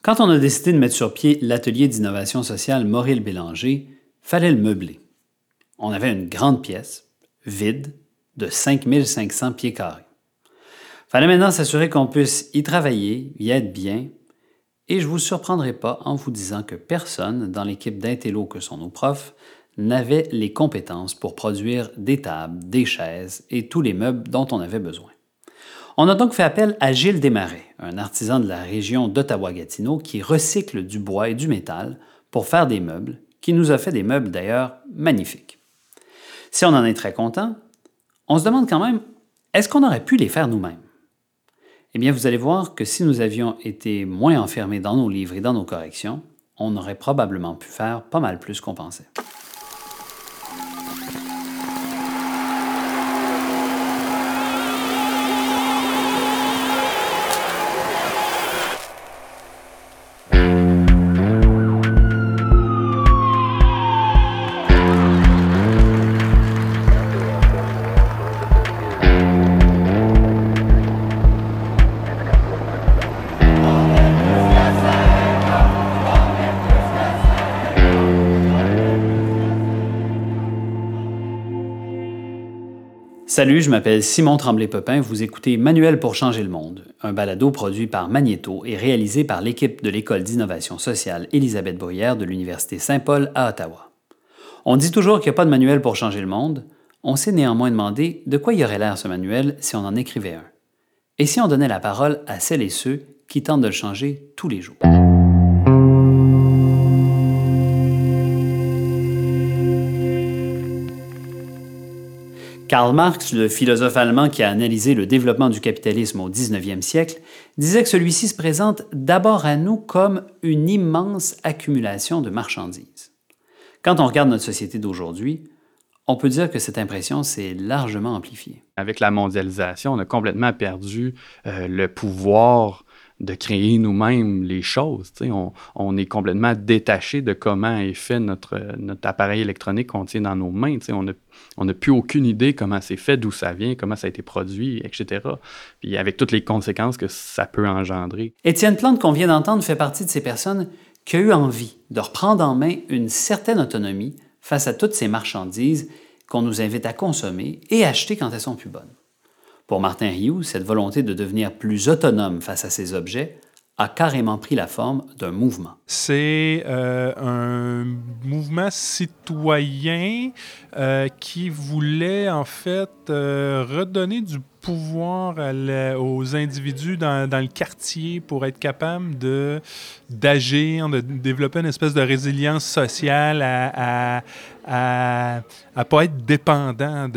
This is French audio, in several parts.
Quand on a décidé de mettre sur pied l'atelier d'innovation sociale Maurice Bélanger, fallait le meubler. On avait une grande pièce, vide, de 5500 pieds carrés. Fallait maintenant s'assurer qu'on puisse y travailler, y être bien, et je ne vous surprendrai pas en vous disant que personne dans l'équipe d'Intello que sont nos profs n'avait les compétences pour produire des tables, des chaises et tous les meubles dont on avait besoin. On a donc fait appel à Gilles Desmarais, un artisan de la région d'Ottawa-Gatineau qui recycle du bois et du métal pour faire des meubles, qui nous a fait des meubles d'ailleurs magnifiques. Si on en est très content, on se demande quand même, est-ce qu'on aurait pu les faire nous-mêmes? Eh bien, vous allez voir que si nous avions été moins enfermés dans nos livres et dans nos corrections, on aurait probablement pu faire pas mal plus qu'on pensait. Salut, je m'appelle Simon Tremblay-Popin, vous écoutez Manuel pour changer le monde, un balado produit par Magnéto et réalisé par l'équipe de l'École d'innovation sociale Élisabeth Bruyère de l'Université Saint-Paul à Ottawa. On dit toujours qu'il n'y a pas de manuel pour changer le monde, on s'est néanmoins demandé de quoi il y aurait l'air ce manuel si on en écrivait un. Et si on donnait la parole à celles et ceux qui tentent de le changer tous les jours. Karl Marx, le philosophe allemand qui a analysé le développement du capitalisme au 19e siècle, disait que celui-ci se présente d'abord à nous comme une immense accumulation de marchandises. Quand on regarde notre société d'aujourd'hui, on peut dire que cette impression s'est largement amplifiée. Avec la mondialisation, on a complètement perdu le pouvoir de créer nous-mêmes les choses. On est complètement détaché de comment est fait notre appareil électronique qu'on tient dans nos mains. On n'a plus aucune idée comment c'est fait, d'où ça vient, comment ça a été produit, etc. Puis avec toutes les conséquences que ça peut engendrer. Étienne Plante, qu'on vient d'entendre, fait partie de ces personnes qui ont eu envie de reprendre en main une certaine autonomie face à toutes ces marchandises qu'on nous invite à consommer et acheter quand elles sont plus bonnes. Pour Martin Rioux, cette volonté de devenir plus autonome face à ces objets a carrément pris la forme d'un mouvement. C'est un mouvement citoyen qui voulait en fait redonner du pouvoir aux individus dans le quartier pour être capable d'agir, de développer une espèce de résilience sociale à pas être dépendant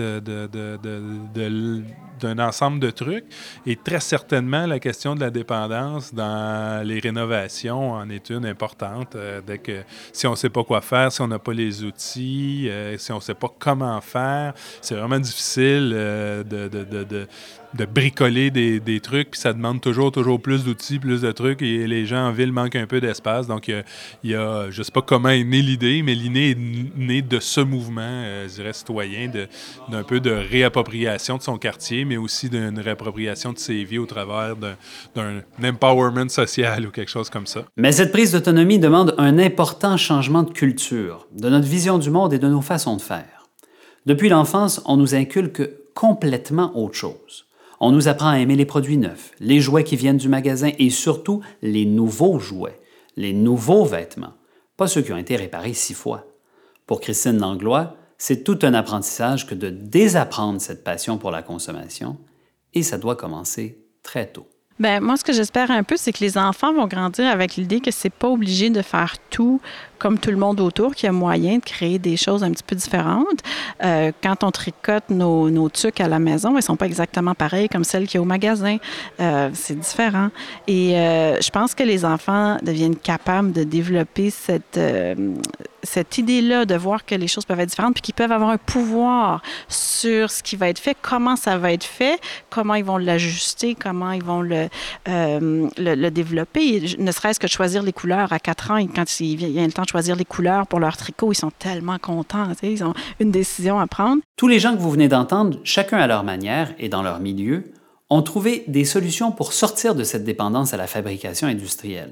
d'un ensemble de trucs. Et très certainement, la question de la dépendance dans les rénovations en est une importante. Si on ne sait pas quoi faire, si on n'a pas les outils, si on ne sait pas comment faire, c'est vraiment difficile de bricoler des trucs, puis ça demande toujours plus d'outils, plus de trucs, et les gens en ville manquent un peu d'espace. Donc, il y a je ne sais pas comment est née l'idée, mais l'idée est née de ce mouvement, je dirais, citoyen, d'un peu de réappropriation de son quartier, mais aussi d'une réappropriation de ses vies au travers d'un empowerment social ou quelque chose comme ça. Mais cette prise d'autonomie demande un important changement de culture, de notre vision du monde et de nos façons de faire. Depuis l'enfance, on nous inculque complètement autre chose. On nous apprend à aimer les produits neufs, les jouets qui viennent du magasin et surtout les nouveaux jouets, les nouveaux vêtements, pas ceux qui ont été réparés 6 fois. Pour Christine Langlois, c'est tout un apprentissage que de désapprendre cette passion pour la consommation et ça doit commencer très tôt. Bien, moi, ce que j'espère un peu, c'est que les enfants vont grandir avec l'idée que c'est pas obligé de faire tout comme tout le monde autour, qu'il y a moyen de créer des choses un petit peu différentes. Quand on tricote nos tuques à la maison, elles sont pas exactement pareilles comme celles qu'il y a au magasin. C'est différent. Et je pense que les enfants deviennent capables de développer cette idée-là de voir que les choses peuvent être différentes puis qu'ils peuvent avoir un pouvoir sur ce qui va être fait, comment ça va être fait, comment ils vont l'ajuster, comment ils vont le développer. Et ne serait-ce que de choisir les couleurs à 4 ans, et quand il vient le temps de choisir les couleurs pour leur tricot, ils sont tellement contents. Ils ont une décision à prendre. Tous les gens que vous venez d'entendre, chacun à leur manière et dans leur milieu, ont trouvé des solutions pour sortir de cette dépendance à la fabrication industrielle.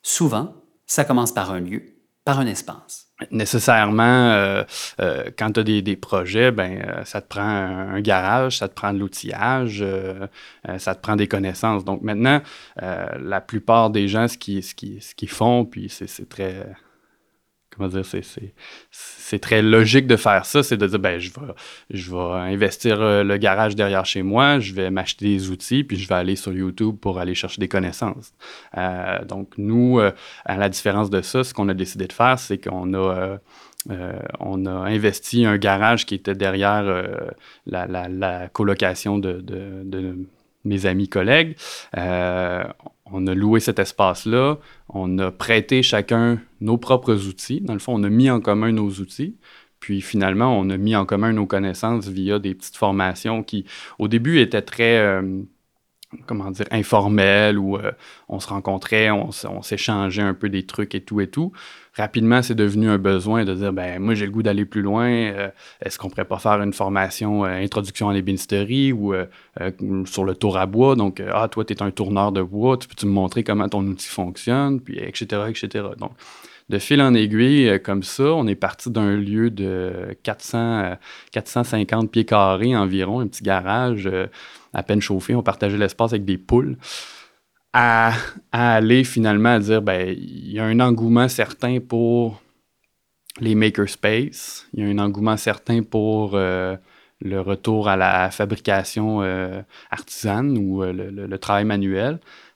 Souvent, ça commence par un lieu, par un espace. Nécessairement, quand tu as des projets, ça te prend un garage, ça te prend de l'outillage, ça te prend des connaissances. Donc maintenant, la plupart des gens, ce qu'ils font, puis c'est très... Comment dire, c'est très logique de faire ça, c'est de dire, je vais investir le garage derrière chez moi, je vais m'acheter des outils, puis je vais aller sur YouTube pour aller chercher des connaissances. Donc, nous, à la différence de ça, ce qu'on a décidé de faire, c'est qu'on a investi un garage qui était derrière la colocation de mes amis collègues. On a loué cet espace-là, on a prêté chacun nos propres outils. Dans le fond, on a mis en commun nos outils, puis finalement, on a mis en commun nos connaissances via des petites formations qui, au début, étaient très, informelles, où on se rencontrait, on s'échangeait un peu des trucs et tout. Rapidement, c'est devenu un besoin de dire, moi, j'ai le goût d'aller plus loin. Est-ce qu'on pourrait pas faire une formation introduction à l'ébénisterie ou sur le tour à bois? Donc, toi, tu es un tourneur de bois, peux-tu me montrer comment ton outil fonctionne? Puis, etc., etc. Donc, de fil en aiguille, comme ça, on est parti d'un lieu de 450 pieds carrés environ, un petit garage à peine chauffé. On partageait l'espace avec des poules. À aller finalement à dire, il y a un engouement certain pour les makerspace, il y a un engouement certain pour le retour à la fabrication artisane ou le travail manuel.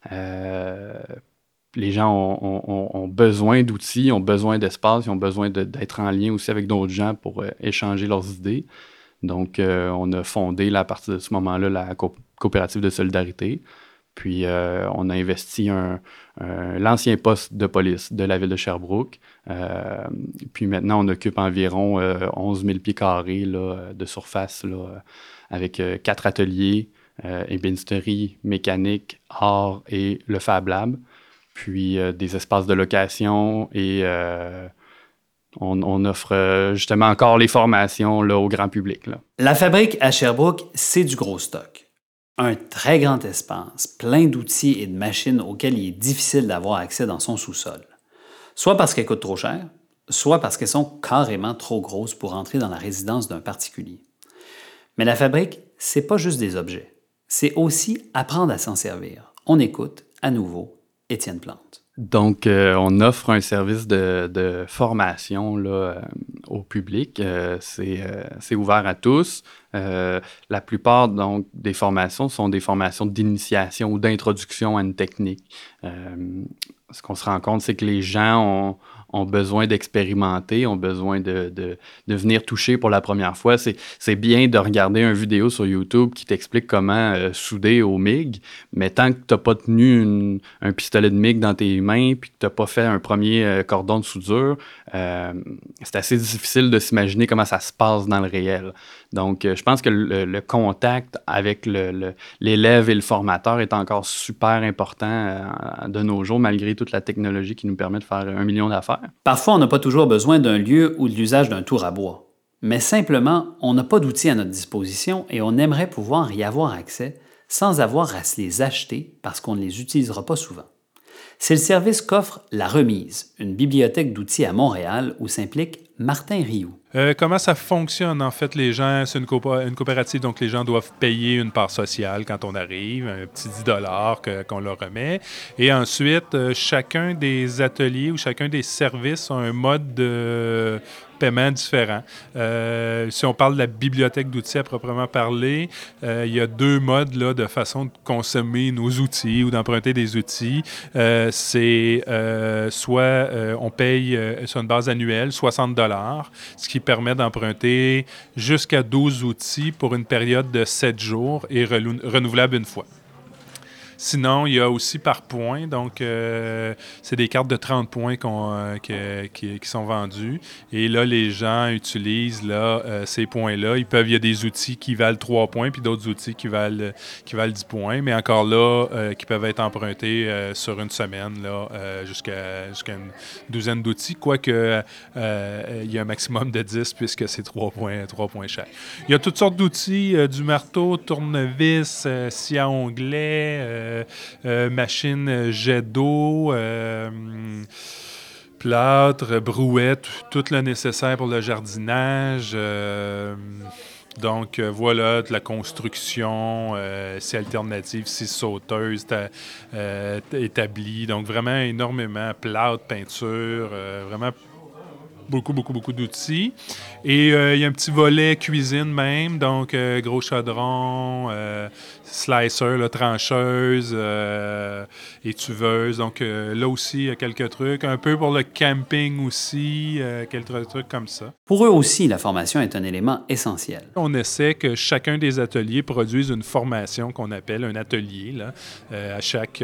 Les gens ont besoin d'outils, ont besoin d'espace, ils ont besoin d'être en lien aussi avec d'autres gens pour échanger leurs idées. Donc, on a fondé là, à partir de ce moment-là la coopérative de solidarité. Puis, on a investi l'ancien poste de police de la ville de Sherbrooke. Puis maintenant, on occupe environ 11 000 pieds carrés là, de surface là, avec 4 ateliers, ébénisterie, mécanique, art et le Fab Lab. Puis des espaces de location et on offre justement encore les formations là, au grand public. Là. La fabrique à Sherbrooke, c'est du gros stock. Un très grand espace, plein d'outils et de machines auxquels il est difficile d'avoir accès dans son sous-sol. Soit parce qu'elles coûtent trop cher, soit parce qu'elles sont carrément trop grosses pour entrer dans la résidence d'un particulier. Mais la fabrique, c'est pas juste des objets. C'est aussi apprendre à s'en servir. On écoute, à nouveau, Étienne Plante. Donc, on offre un service de formation là, au public. C'est ouvert à tous. La plupart donc, des formations sont des formations d'initiation ou d'introduction à une technique. Ce qu'on se rend compte, c'est que les gens ont besoin d'expérimenter, ont besoin de venir toucher pour la première fois. C'est bien de regarder une vidéo sur YouTube qui t'explique comment souder au MIG, mais tant que tu n'as pas tenu un pistolet de MIG dans tes mains puis que tu n'as pas fait un premier cordon de soudure, c'est assez difficile de s'imaginer comment ça se passe dans le réel. Donc, je pense que le contact avec l'élève et le formateur est encore super important de nos jours, malgré toute la technologie qui nous permet de faire 1 million d'affaires. Parfois, on n'a pas toujours besoin d'un lieu ou de l'usage d'un tour à bois. Mais simplement, on n'a pas d'outils à notre disposition et on aimerait pouvoir y avoir accès sans avoir à se les acheter parce qu'on ne les utilisera pas souvent. C'est le service qu'offre La Remise, une bibliothèque d'outils à Montréal où s'implique Martin Rioux. Comment ça fonctionne, en fait, les gens? C'est une coopérative, donc les gens doivent payer une part sociale quand on arrive, un petit 10 $ qu'on leur remet. Et ensuite, chacun des ateliers ou chacun des services a un mode de paiement différent. Si on parle de la bibliothèque d'outils à proprement parler, il y a 2 modes là, de façon de consommer nos outils ou d'emprunter des outils. C'est soit on paye sur une base annuelle 60 $, ce qui permet d'emprunter jusqu'à 12 outils pour une période de 7 jours et renouvelable une fois. Sinon, il y a aussi par points. Donc, c'est des cartes de 30 points qui sont vendues. Et là, les gens utilisent là, ces points-là. Il y a des outils qui valent 3 points, puis d'autres outils qui valent 10 points. Mais encore là, qui peuvent être empruntés sur une semaine, là, jusqu'à une douzaine d'outils. Quoique, il y a un maximum de 10 puisque c'est 3 points chaque. Il y a toutes sortes d'outils, du marteau, tournevis, scie à onglet, machine jet d'eau, plâtre, brouette, tout le nécessaire pour le jardinage. Donc, voilà, de la construction, c'est alternative, c'est sauteuse, établie. Donc, vraiment énormément, plâtre, peinture, vraiment beaucoup d'outils. Et il y a un petit volet cuisine même, donc gros chaudron, slicer, là, trancheuse, étuveuse. Donc là aussi, il y a quelques trucs. Un peu pour le camping aussi, quelques trucs comme ça. Pour eux aussi, la formation est un élément essentiel. On essaie que chacun des ateliers produise une formation qu'on appelle un atelier là, à chaque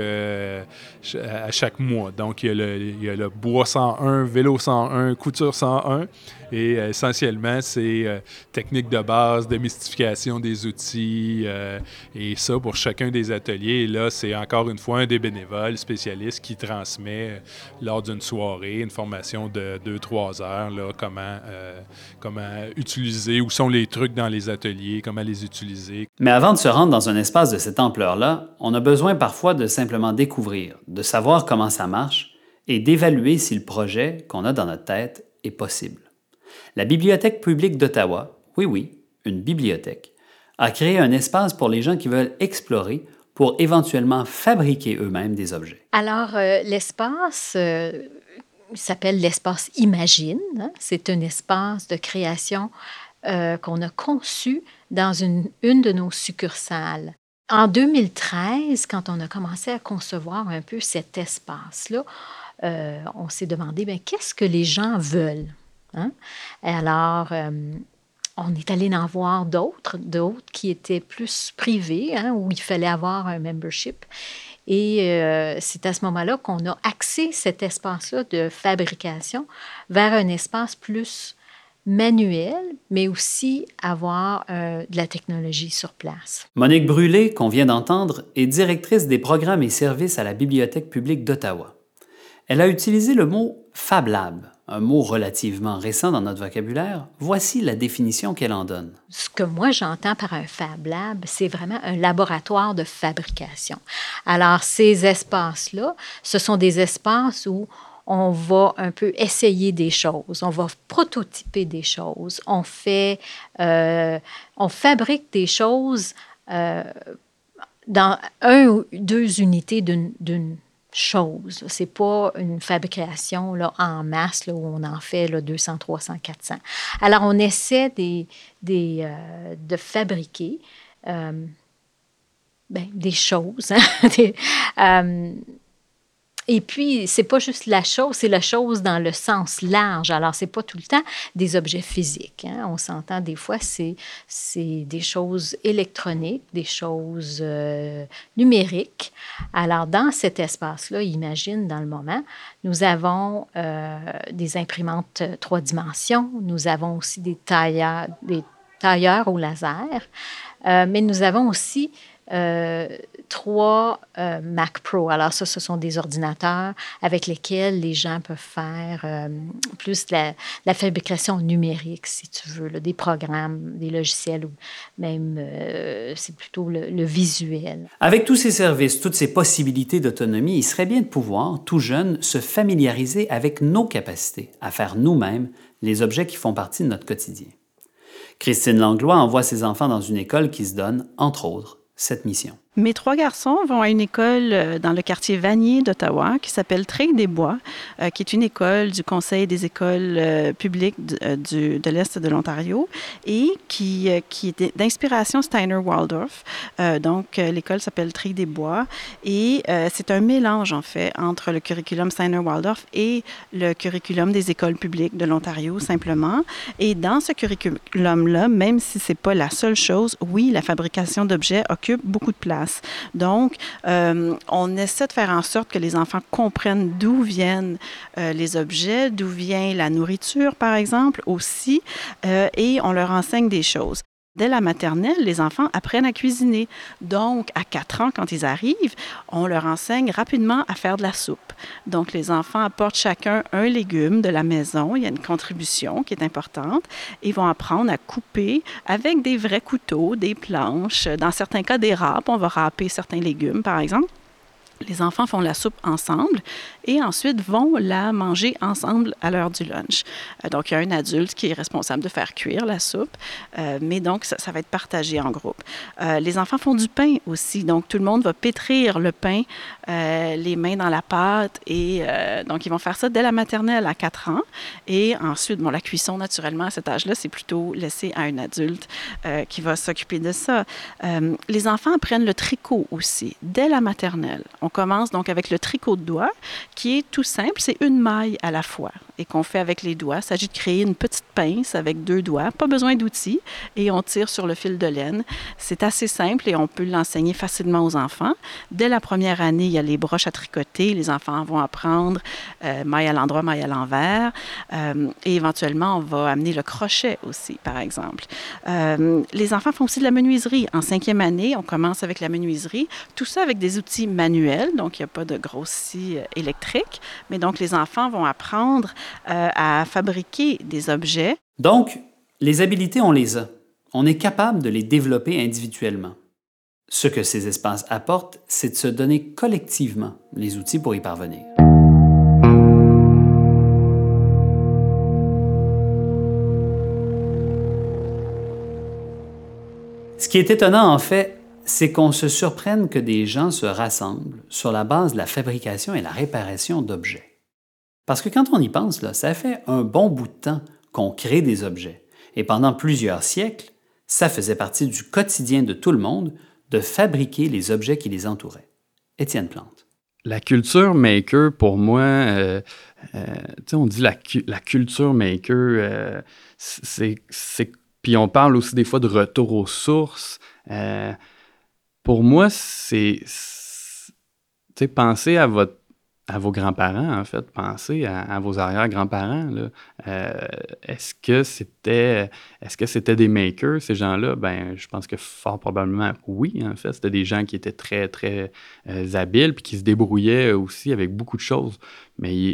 mois. Donc, il y a le bois 101, vélo 101, couture 101. Et essentiellement, c'est technique de base, démystification des outils. Et ça, pour chacun des ateliers. Et là, c'est encore une fois un des bénévoles spécialistes qui transmet lors d'une soirée une formation de 2-3 heures, là, comment utiliser, où sont les trucs dans les ateliers, comment les utiliser. Mais avant de se rendre dans un espace de cette ampleur-là, on a besoin parfois de simplement découvrir, de savoir comment ça marche et d'évaluer si le projet qu'on a dans notre tête est possible. La Bibliothèque publique d'Ottawa, oui, une bibliothèque, a créé un espace pour les gens qui veulent explorer pour éventuellement fabriquer eux-mêmes des objets. Alors, l'espace s'appelle l'espace Imagine. Hein? C'est un espace de création qu'on a conçu dans une de nos succursales. En 2013, quand on a commencé à concevoir un peu cet espace-là, on s'est demandé, bien, qu'est-ce que les gens veulent? Hein? Alors, on est allé en voir d'autres qui étaient plus privés, hein, où il fallait avoir un membership. Et c'est à ce moment-là qu'on a axé cet espace-là de fabrication vers un espace plus manuel, mais aussi avoir de la technologie sur place. Monique Brûlé, qu'on vient d'entendre, est directrice des programmes et services à la Bibliothèque publique d'Ottawa. Elle a utilisé le mot « Fab Lab », un mot relativement récent dans notre vocabulaire. Voici la définition qu'elle en donne. Ce que moi j'entends par un Fab Lab, c'est vraiment un laboratoire de fabrication. Alors, ces espaces-là, ce sont des espaces où on va un peu essayer des choses, on va prototyper des choses, on fabrique des choses dans 1 ou 2 unités d'une chose. Ce n'est pas une fabrication là, en masse là, où on en fait là, 200, 300, 400. Alors, on essaie de fabriquer des choses. Hein? Et puis, c'est pas juste la chose, c'est la chose dans le sens large. Alors, c'est pas tout le temps des objets physiques. Hein? On s'entend des fois, c'est des choses électroniques, des choses numériques. Alors, dans cet espace-là, imagine, dans le moment, nous avons des imprimantes 3 dimensions, nous avons aussi des tailleurs au laser, mais nous avons aussi 3 Mac Pro. Alors ça, ce sont des ordinateurs avec lesquels les gens peuvent faire plus la fabrication numérique, si tu veux, là, des programmes, des logiciels, ou même c'est plutôt le visuel. Avec tous ces services, toutes ces possibilités d'autonomie, il serait bien de pouvoir, tout jeune, se familiariser avec nos capacités à faire nous-mêmes les objets qui font partie de notre quotidien. Christine Langlois envoie ses enfants dans une école qui se donne, entre autres, cette mission. Mes 3 garçons vont à une école dans le quartier Vanier d'Ottawa qui s'appelle Treille-des-Bois, qui est une école du Conseil des écoles publiques de l'Est de l'Ontario et qui est d'inspiration Steiner-Waldorf. Donc, l'école s'appelle Treille-des-Bois et c'est un mélange, en fait, entre le curriculum Steiner-Waldorf et le curriculum des écoles publiques de l'Ontario, simplement. Et dans ce curriculum-là, même si ce n'est pas la seule chose, oui, la fabrication d'objets occupe beaucoup de place. Donc, on essaie de faire en sorte que les enfants comprennent d'où viennent les objets, d'où vient la nourriture, par exemple, aussi, et on leur enseigne des choses. Dès la maternelle, les enfants apprennent à cuisiner. Donc, à 4 ans, quand ils arrivent, on leur enseigne rapidement à faire de la soupe. Donc, les enfants apportent chacun un légume de la maison. Il y a une contribution qui est importante. Ils vont apprendre à couper avec des vrais couteaux, des planches, dans certains cas des râpes. On va râper certains légumes, par exemple. Les enfants font la soupe ensemble et ensuite vont la manger ensemble à l'heure du lunch. Donc, il y a un adulte qui est responsable de faire cuire la soupe, mais donc, ça va être partagé en groupe. Les enfants font du pain aussi, donc tout le monde va pétrir le pain, les mains dans la pâte, et donc, ils vont faire ça dès la maternelle à 4 ans. Et ensuite, bon, la cuisson, naturellement, à cet âge-là, c'est plutôt laissé à un adulte qui va s'occuper de ça. Les enfants apprennent le tricot aussi, dès la maternelle. On commence donc avec le tricot de doigts, qui est tout simple, c'est une maille à la fois et qu'on fait avec les doigts. Il s'agit de créer une petite pince avec 2 doigts, pas besoin d'outils, et on tire sur le fil de laine. C'est assez simple et on peut l'enseigner facilement aux enfants. Dès la première année, il y a les broches à tricoter. Les enfants vont apprendre maille à l'endroit, maille à l'envers, et éventuellement, on va amener le crochet aussi, par exemple. Les enfants font aussi de la menuiserie. En 5e année, on commence avec la menuiserie, tout ça avec des outils manuels, donc il n'y a pas de grosses scies électriques, mais donc les enfants vont apprendre à fabriquer des objets. Donc, les habiletés, on les a. On est capable de les développer individuellement. Ce que ces espaces apportent, c'est de se donner collectivement les outils pour y parvenir. Ce qui est étonnant, en fait, c'est qu'on se surprenne que des gens se rassemblent sur la base de la fabrication et la réparation d'objets. Parce que quand on y pense, là, ça fait un bon bout de temps qu'on crée des objets. Et pendant plusieurs siècles, ça faisait partie du quotidien de tout le monde de fabriquer les objets qui les entouraient. Étienne Plante. La culture maker, pour moi, on dit la culture maker, puis on parle aussi des fois de retour aux sources. Pour moi, pensez à vos grands-parents, en fait. Pensez à vos arrière-grands-parents, là. Est-ce que c'était des makers, ces gens-là? Ben, je pense que fort probablement oui, en fait. C'était des gens qui étaient très, très habiles puis qui se débrouillaient aussi avec beaucoup de choses. Mais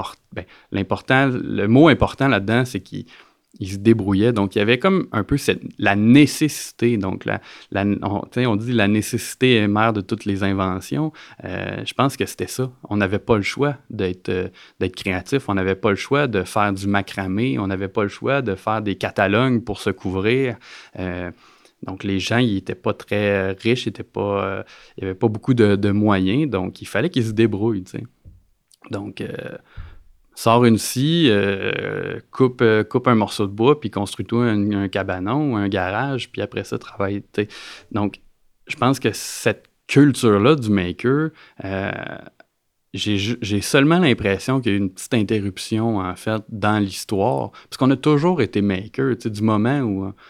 le mot important là-dedans, c'est qu'ils se débrouillaient. Donc, il y avait comme un peu la nécessité. Donc, on dit la nécessité est mère de toutes les inventions. Je pense que c'était ça. On n'avait pas le choix d'être créatif. On n'avait pas le choix de faire du macramé. On n'avait pas le choix de faire des catalogues pour se couvrir. Donc, les gens, ils n'étaient pas très riches. Il n'y avait pas beaucoup de moyens. Donc, il fallait qu'ils se débrouillent, tu sais. Donc, sors une scie, coupe un morceau de bois, puis construis-toi un cabanon ou un garage, puis après ça, travaille. T'sais. Donc, je pense que cette culture-là du maker, j'ai seulement l'impression qu'il y a eu une petite interruption, en fait, dans l'histoire, parce qu'on a toujours été maker, du moment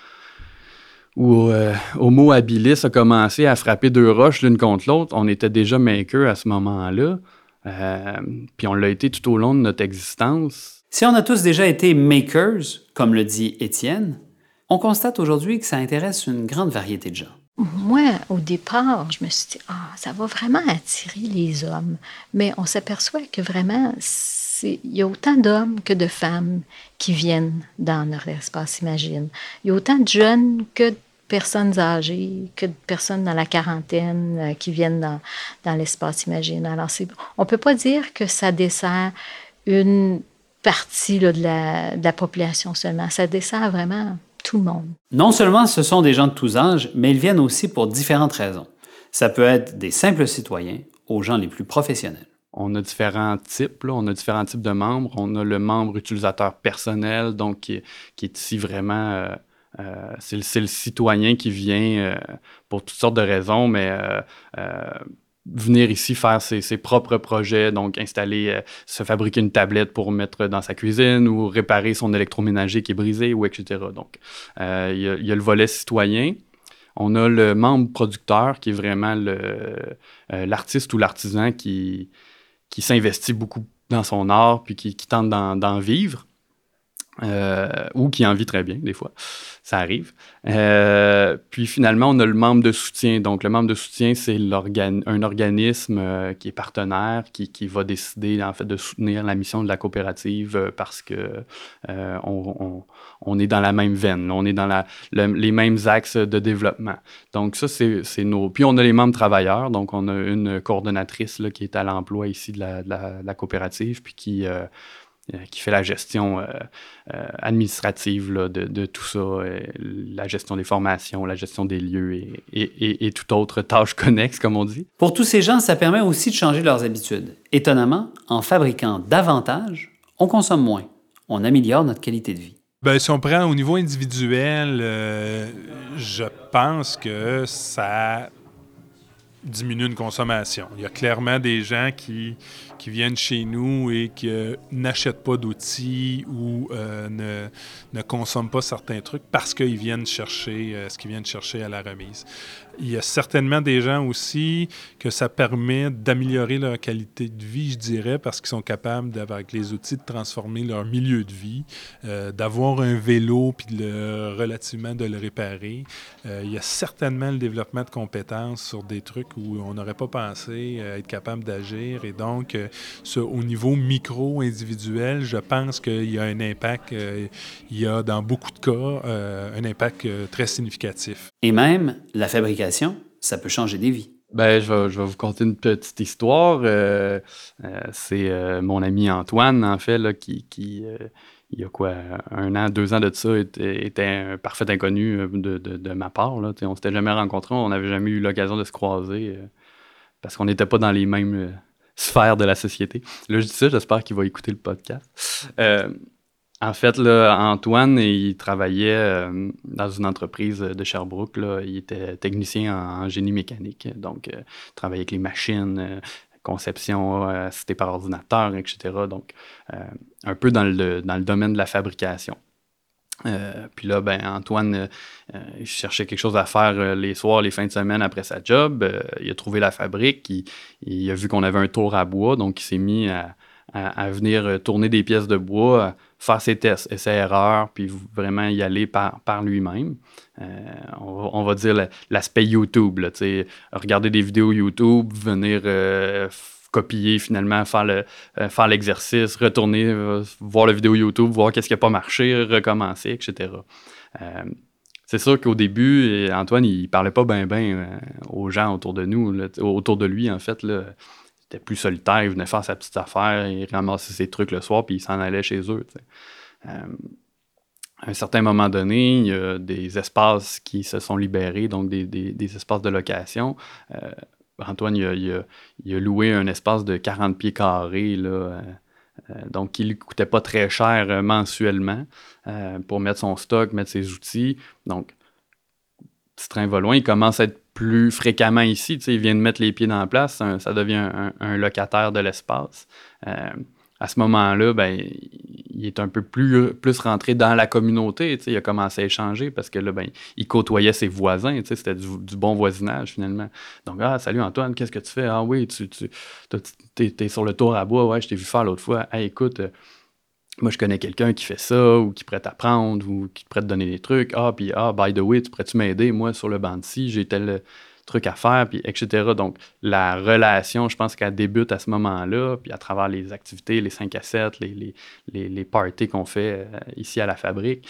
où Homo habilis a commencé à frapper 2 roches l'une contre l'autre, on était déjà maker à ce moment-là. Puis on l'a été tout au long de notre existence. Si on a tous déjà été makers, comme le dit Étienne, on constate aujourd'hui que ça intéresse une grande variété de gens. Moi, au départ, je me suis dit, ça va vraiment attirer les hommes. Mais on s'aperçoit que vraiment, il y a autant d'hommes que de femmes qui viennent dans notre espace Imagine. Il y a autant de jeunes que de personnes âgées, que de personnes dans la quarantaine qui viennent dans l'espace Imagine. Alors, on ne peut pas dire que ça dessert une partie là, de la population seulement. Ça dessert vraiment tout le monde. Non seulement ce sont des gens de tous âges, mais ils viennent aussi pour différentes raisons. Ça peut être des simples citoyens aux gens les plus professionnels. On a différents types, là. On a différents types de membres. On a le membre utilisateur personnel, donc qui est ici vraiment... c'est le citoyen qui vient pour toutes sortes de raisons, mais venir ici faire ses propres projets, donc se fabriquer une tablette pour mettre dans sa cuisine ou réparer son électroménager qui est brisé, ou etc. Donc, il y a le volet citoyen. On a le membre producteur qui est vraiment l'artiste ou l'artisan qui s'investit beaucoup dans son art puis qui tente d'en vivre. ou qui en vit très bien, des fois. Ça arrive. Puis finalement, on a le membre de soutien. Donc, le membre de soutien, c'est un organisme qui est partenaire, qui va décider, en fait, de soutenir la mission de la coopérative parce que on est dans la même veine. Là, on est dans les mêmes axes de développement. Donc, ça, c'est nos... Puis, on a les membres travailleurs. Donc, on a une coordonnatrice là, qui est à l'emploi ici de la coopérative, puis qui fait la gestion administrative là, de tout ça, la gestion des formations, la gestion des lieux et toute autre tâche connexe, comme on dit. Pour tous ces gens, ça permet aussi de changer leurs habitudes. Étonnamment, en fabriquant davantage, on consomme moins. On améliore notre qualité de vie. Bien, si on prend au niveau individuel, je pense que ça diminue une consommation. Il y a clairement des gens qui viennent chez nous et qui n'achètent pas d'outils ou ne consomment pas certains trucs parce qu'ils viennent chercher ce qu'ils viennent chercher à la remise. Il y a certainement des gens aussi que ça permet d'améliorer leur qualité de vie, je dirais, parce qu'ils sont capables, avec les outils, de transformer leur milieu de vie, d'avoir un vélo puis relativement de le réparer. Il y a certainement le développement de compétences sur des trucs où on n'aurait pas pensé être capable d'agir. Et donc, au niveau micro-individuel, je pense qu'il y a un impact, il y a dans beaucoup de cas un impact très significatif. Et même, la fabrication, ça peut changer des vies. Ben, je vais vous conter une petite histoire. C'est mon ami Antoine, en fait, là, qui il y a quoi, 1 an, 2 ans de ça, était un parfait inconnu de ma part. Là. On ne s'était jamais rencontrés, on n'avait jamais eu l'occasion de se croiser parce qu'on n'était pas dans les mêmes sphères de la société. Là, je dis ça, j'espère qu'il va écouter le podcast. En fait, là, Antoine, il travaillait dans une entreprise de Sherbrooke. Là. Il était technicien en génie mécanique, donc il travaillait avec les machines, conception assistée par ordinateur, etc. Donc, un peu dans le domaine de la fabrication. Puis là, ben Antoine, il cherchait quelque chose à faire les soirs, les fins de semaine après sa job. Il a trouvé la fabrique, il a vu qu'on avait un tour à bois, donc il s'est mis à venir tourner des pièces de bois, faire ses tests, essais-erreurs, puis vraiment y aller par lui-même. On va dire l'aspect YouTube, là, regarder des vidéos YouTube, venir copier finalement, faire l'exercice, retourner, voir la vidéo YouTube, voir qu'est-ce qui n'a pas marché, recommencer, etc. C'est sûr qu'au début, Antoine, il parlait pas bien aux gens autour de nous, là, autour de lui, en fait, là. Il était plus solitaire, il venait faire sa petite affaire, il ramassait ses trucs le soir, puis il s'en allait chez eux. À un certain moment donné, il y a des espaces qui se sont libérés, donc des espaces de location. Antoine, il a loué un espace de 40 pieds carrés, là, donc qui ne lui coûtait pas très cher mensuellement pour mettre son stock, mettre ses outils. Donc, petit train va loin, il commence à être plus fréquemment ici. Il vient de mettre les pieds dans la place, ça devient un locataire de l'espace. À ce moment-là, ben, il est un peu plus rentré dans la communauté. Il a commencé à échanger parce que là, ben, il côtoyait ses voisins. C'était du bon voisinage finalement. Donc, salut Antoine, qu'est-ce que tu fais? Ah oui, t'es sur le tour à bois, ouais, je t'ai vu faire l'autre fois. Hey, écoute, moi je connais quelqu'un qui fait ça ou qui pourrait t'apprendre ou qui pourrait te donner des trucs. Puis by the way, tu pourrais-tu m'aider? Moi, sur le banc de ci, j'ai tel truc à faire, puis etc. Donc, la relation, je pense qu'elle débute à ce moment-là, puis à travers les activités, les 5 à 7, les parties qu'on fait ici à la fabrique.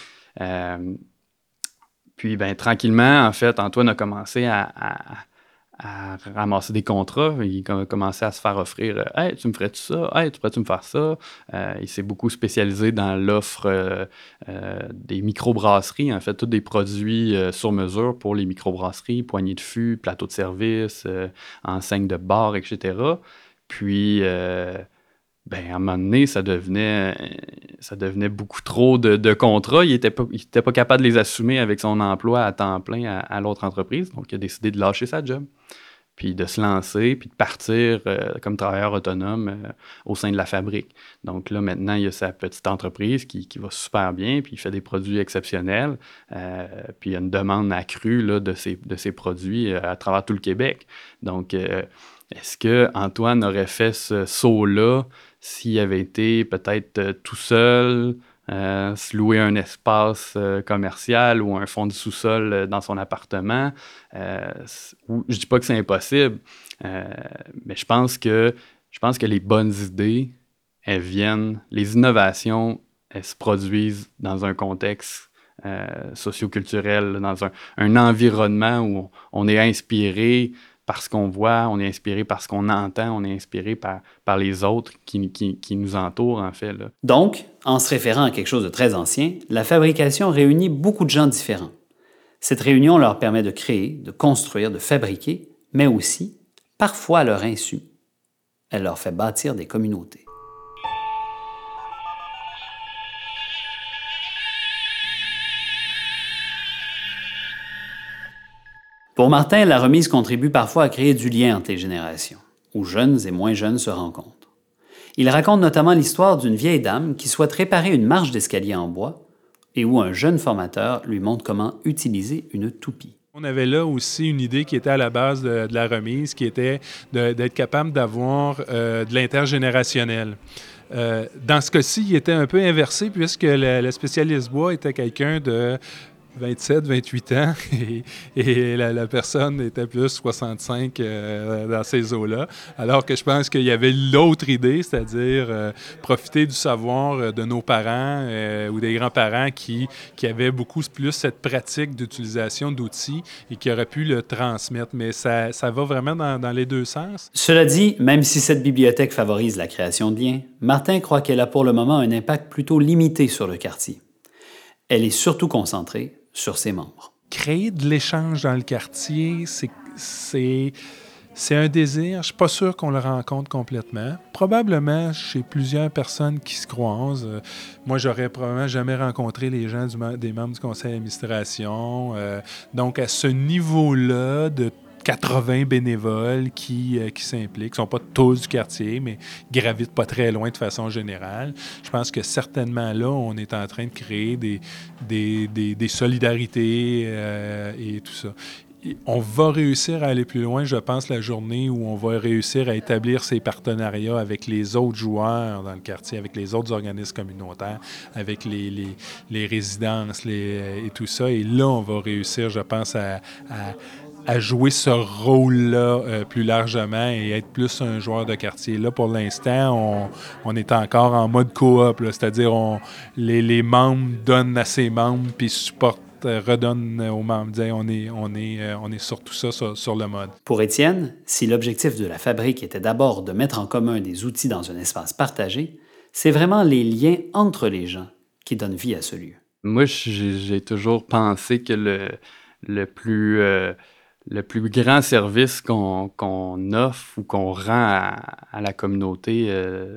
Puis, ben tranquillement, en fait, Antoine a commencé à ramasser des contrats. Il a commencé à se faire offrir « Hey, tu me ferais-tu ça? Hey, tu pourrais-tu me faire ça? » Il s'est beaucoup spécialisé dans l'offre des microbrasseries, en fait, tous des produits sur mesure pour les microbrasseries, poignées de fût, plateaux de service, enseignes de bar, etc. Puis, à un moment donné, ça devenait beaucoup trop de contrats. Il était pas capable de les assumer avec son emploi à temps plein à l'autre entreprise. Donc, il a décidé de lâcher sa job, puis de se lancer, puis de partir comme travailleur autonome au sein de la fabrique. Donc là, maintenant, il a sa petite entreprise qui va super bien, puis il fait des produits exceptionnels. Puis il y a une demande accrue là, de ses produits à travers tout le Québec. Donc, est-ce que Antoine aurait fait ce saut-là s'il avait été peut-être tout seul, se louer un espace commercial ou un fond de sous-sol dans son appartement. Je dis pas que c'est impossible, mais je pense que les bonnes idées, les innovations, elles se produisent dans un contexte socio-culturel, dans un environnement où on est inspiré par ce qu'on voit, on est inspiré par ce qu'on entend, on est inspiré par les autres qui nous entourent, en fait, là. Donc, en se référant à quelque chose de très ancien, la fabrication réunit beaucoup de gens différents. Cette réunion leur permet de créer, de construire, de fabriquer, mais aussi, parfois à leur insu, elle leur fait bâtir des communautés. Pour Martin, la remise contribue parfois à créer du lien entre les générations, où jeunes et moins jeunes se rencontrent. Il raconte notamment l'histoire d'une vieille dame qui souhaite réparer une marche d'escalier en bois et où un jeune formateur lui montre comment utiliser une toupie. On avait là aussi une idée qui était à la base de la remise, qui était d'être capable d'avoir de l'intergénérationnel. Dans ce cas-ci, il était un peu inversé puisque le spécialiste bois était quelqu'un de 27, 28 ans et la personne était plus 65 dans ces eaux-là. Alors que je pense qu'il y avait l'autre idée, c'est-à-dire profiter du savoir de nos parents ou des grands-parents qui avaient beaucoup plus cette pratique d'utilisation d'outils et qui auraient pu le transmettre. Mais ça va vraiment dans les deux sens. Cela dit, même si cette bibliothèque favorise la création de liens, Martin croit qu'elle a pour le moment un impact plutôt limité sur le quartier. Elle est surtout concentrée sur ses membres. Créer de l'échange dans le quartier, c'est un désir. Je ne suis pas sûr qu'on le rencontre complètement. Probablement chez plusieurs personnes qui se croisent. Moi, j'aurais probablement jamais rencontré les gens des membres du conseil d'administration. Donc, à ce niveau-là de 80 bénévoles qui s'impliquent, qui ne sont pas tous du quartier, mais gravitent pas très loin de façon générale. Je pense que certainement là, on est en train de créer des solidarités et tout ça. On va réussir à aller plus loin, je pense, la journée où on va réussir à établir ces partenariats avec les autres joueurs dans le quartier, avec les autres organismes communautaires, avec les résidences et tout ça. Et là, on va réussir, je pense, à jouer ce rôle-là plus largement et être plus un joueur de quartier. Là, pour l'instant, on est encore en mode coop, là, c'est-à-dire les membres donnent à ses membres puis redonnent aux membres. On est sur tout ça, sur le mode. Pour Étienne, si l'objectif de la fabrique était d'abord de mettre en commun des outils dans un espace partagé, c'est vraiment les liens entre les gens qui donnent vie à ce lieu. Moi, j'ai toujours pensé que le plus grand service qu'on offre ou qu'on rend à la communauté,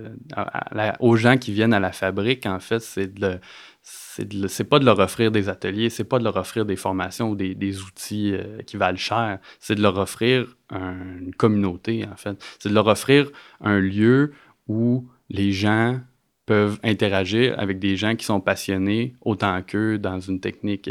aux gens qui viennent à la fabrique, en fait, c'est pas de leur offrir des ateliers, c'est pas de leur offrir des formations ou des outils qui valent cher, c'est de leur offrir une communauté, en fait. C'est de leur offrir un lieu où les gens peuvent interagir avec des gens qui sont passionnés autant qu'eux dans une technique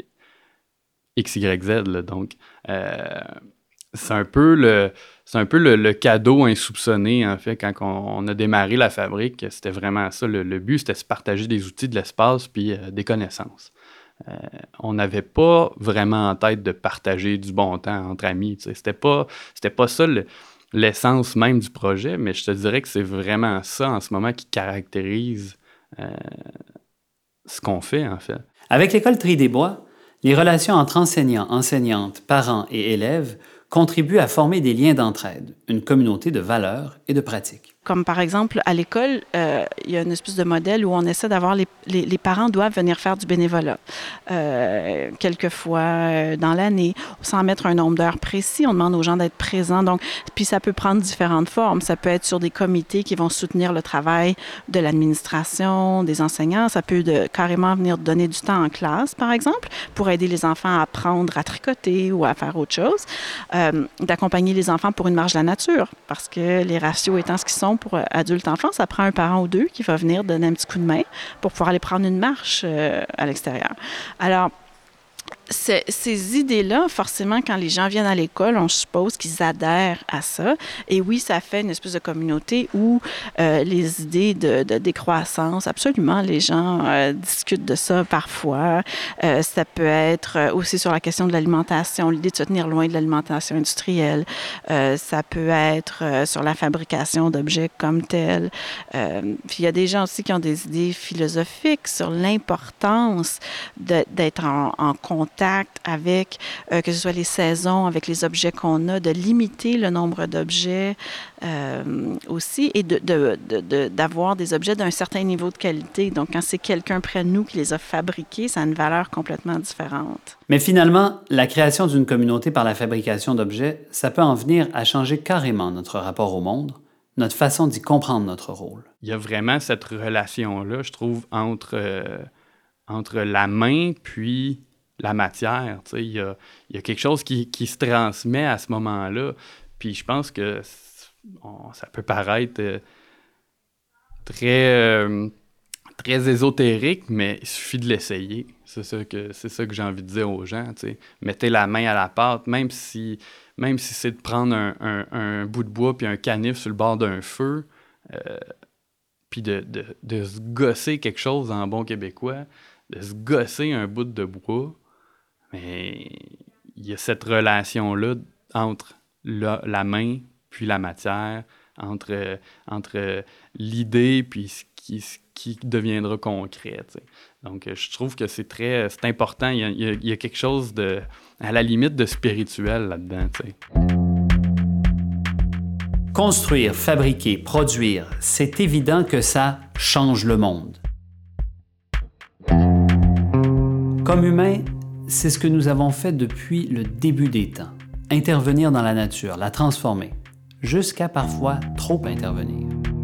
XYZ, là. Donc, c'est un peu le cadeau insoupçonné, en fait, quand on a démarré la fabrique. C'était vraiment ça. Le but, c'était de se partager des outils, de l'espace, puis des connaissances. On n'avait pas vraiment en tête de partager du bon temps entre amis. C'était pas ça l'essence même du projet, mais je te dirais que c'est vraiment ça, en ce moment, qui caractérise ce qu'on fait, en fait. Avec l'École Tri des Bois, les relations entre enseignants, enseignantes, parents et élèves contribuent à former des liens d'entraide, une communauté de valeurs et de pratiques. Comme par exemple, à l'école, il y a une espèce de modèle où on essaie d'avoir les parents doivent venir faire du bénévolat. Quelquefois dans l'année, sans mettre un nombre d'heures précis, on demande aux gens d'être présents. Donc, puis ça peut prendre différentes formes. Ça peut être sur des comités qui vont soutenir le travail de l'administration, des enseignants. Ça peut carrément venir donner du temps en classe, par exemple, pour aider les enfants à apprendre à tricoter ou à faire autre chose. D'accompagner les enfants pour une marche de la nature, parce que les ratios étant ce qu'ils sont pour adultes-enfants, ça prend un parent ou deux qui va venir donner un petit coup de main pour pouvoir aller prendre une marche à l'extérieur. Alors, ces idées-là, forcément, quand les gens viennent à l'école, on suppose qu'ils adhèrent à ça. Et oui, ça fait une espèce de communauté où les idées de décroissance, absolument, les gens discutent de ça parfois. Ça peut être aussi sur la question de l'alimentation, l'idée de se tenir loin de l'alimentation industrielle. Ça peut être sur la fabrication d'objets comme tels. Puis il y a des gens aussi qui ont des idées philosophiques sur l'importance d'être en contact avec, que ce soit les saisons, avec les objets qu'on a, de limiter le nombre d'objets aussi et d'avoir des objets d'un certain niveau de qualité. Donc, quand c'est quelqu'un près de nous qui les a fabriqués, ça a une valeur complètement différente. Mais finalement, la création d'une communauté par la fabrication d'objets, ça peut en venir à changer carrément notre rapport au monde, notre façon d'y comprendre notre rôle. Il y a vraiment cette relation-là, je trouve, entre la main puis la matière. Tu sais, il y a quelque chose qui se transmet à ce moment-là. Puis je pense que ça peut paraître très ésotérique, mais il suffit de l'essayer. C'est ça que j'ai envie de dire aux gens. Tu sais. Mettez la main à la pâte, même si c'est de prendre un bout de bois puis un canif sur le bord d'un feu, puis de se gosser quelque chose en bon québécois, de se gosser un bout de bois. Mais il y a cette relation-là entre la main puis la matière, entre l'idée puis ce qui deviendra concret. T'sais. Donc, je trouve que c'est important. Il y a quelque chose à la limite de spirituel là-dedans. T'sais. Construire, fabriquer, produire, c'est évident que ça change le monde. Comme humains, c'est ce que nous avons fait depuis le début des temps. Intervenir dans la nature, la transformer, jusqu'à parfois trop intervenir.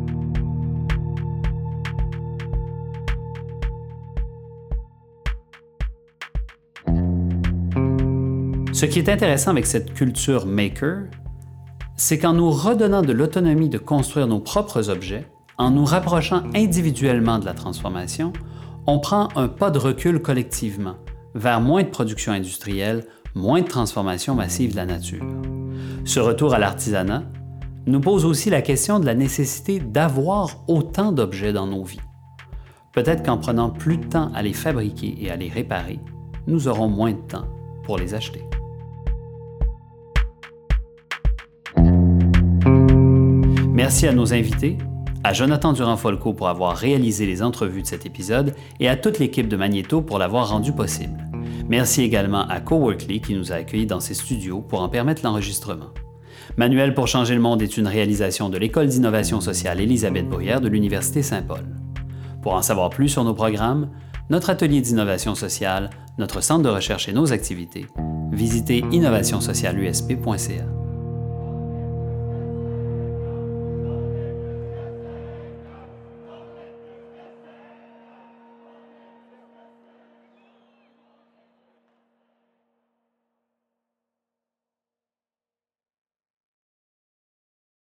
Ce qui est intéressant avec cette culture maker, c'est qu'en nous redonnant de l'autonomie de construire nos propres objets, en nous rapprochant individuellement de la transformation, on prend un pas de recul collectivement vers moins de production industrielle, moins de transformation massive de la nature. Ce retour à l'artisanat nous pose aussi la question de la nécessité d'avoir autant d'objets dans nos vies. Peut-être qu'en prenant plus de temps à les fabriquer et à les réparer, nous aurons moins de temps pour les acheter. Merci à nos invités, à Jonathan Durand-Folco pour avoir réalisé les entrevues de cet épisode et à toute l'équipe de Magnéto pour l'avoir rendu possible. Merci également à Coworkly qui nous a accueillis dans ses studios pour en permettre l'enregistrement. Manuel pour changer le monde est une réalisation de l'École d'innovation sociale Élisabeth Bruyère de l'Université Saint-Paul. Pour en savoir plus sur nos programmes, notre atelier d'innovation sociale, notre centre de recherche et nos activités, visitez innovationsocialusp.ca.